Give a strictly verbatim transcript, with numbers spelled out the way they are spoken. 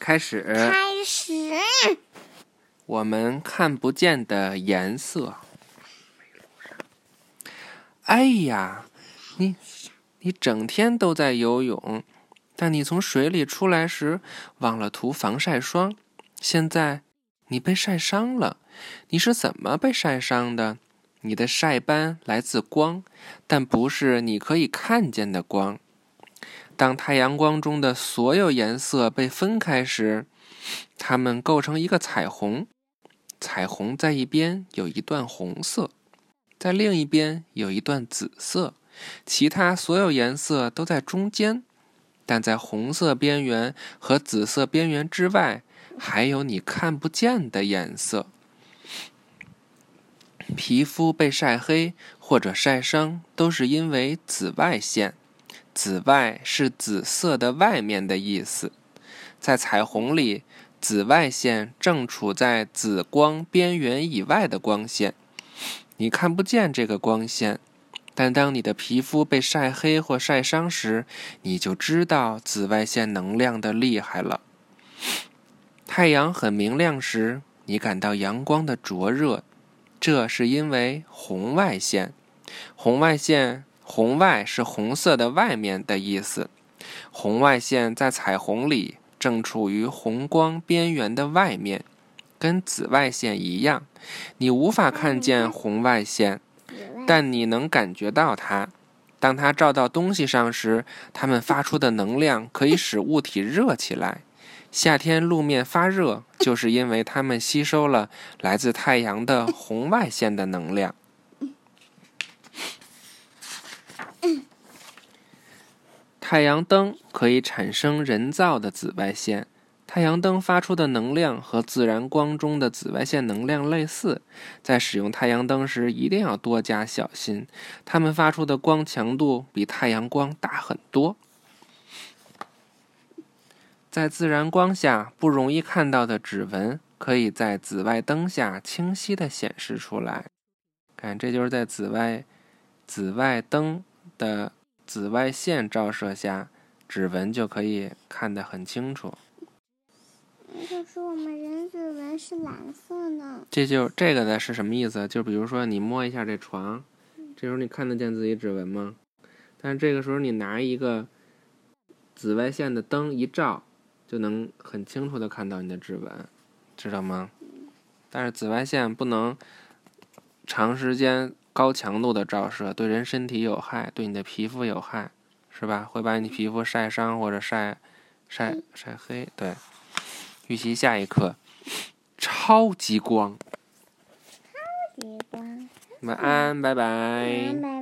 开始。 开始。 我们看不见的颜色。哎呀，你你整天都在游泳，但你从水里出来时忘了涂防晒霜，现在你被晒伤了。你是怎么被晒伤的？你的晒斑来自光，但不是你可以看见的光。当太阳光中的所有颜色被分开时，它们构成一个彩虹。彩虹在一边有一段红色，在另一边有一段紫色，其他所有颜色都在中间。但在红色边缘和紫色边缘之外，还有你看不见的颜色。皮肤被晒黑或者晒伤，都是因为紫外线。紫外是紫色的外面的意思。在彩虹里，紫外线正处在紫光边缘以外的光线。你看不见这个光线，但当你的皮肤被晒黑或晒伤时，你就知道紫外线能量的厉害了。太阳很明亮时，你感到阳光的灼热，这是因为红外线。红外线红外是红色的外面的意思。红外线在彩虹里正处于红光边缘的外面，跟紫外线一样。你无法看见红外线，但你能感觉到它。当它照到东西上时，它们发出的能量可以使物体热起来。夏天路面发热，就是因为它们吸收了来自太阳的红外线的能量。太阳灯可以产生人造的紫外线。太阳灯发出的能量和自然光中的紫外线能量类似，在使用太阳灯时一定要多加小心，它们发出的光强度比太阳光大很多。在自然光下不容易看到的指纹，可以在紫外灯下清晰地显示出来。看，这就是在紫外紫外灯的紫外线照射下，指纹就可以看得很清楚。 可是我们人指纹是蓝色的。 这就这个的是什么意思？就比如说你摸一下这床，这时候你看得见自己指纹吗？但是这个时候你拿一个紫外线的灯一照，就能很清楚的看到你的指纹，知道吗？但是紫外线不能长时间高强度的照射，对人身体有害，对你的皮肤有害，是吧？会把你皮肤晒伤或者晒晒晒黑。对，预习下一课，超级光。 超级光。 晚安，拜拜。 拜拜。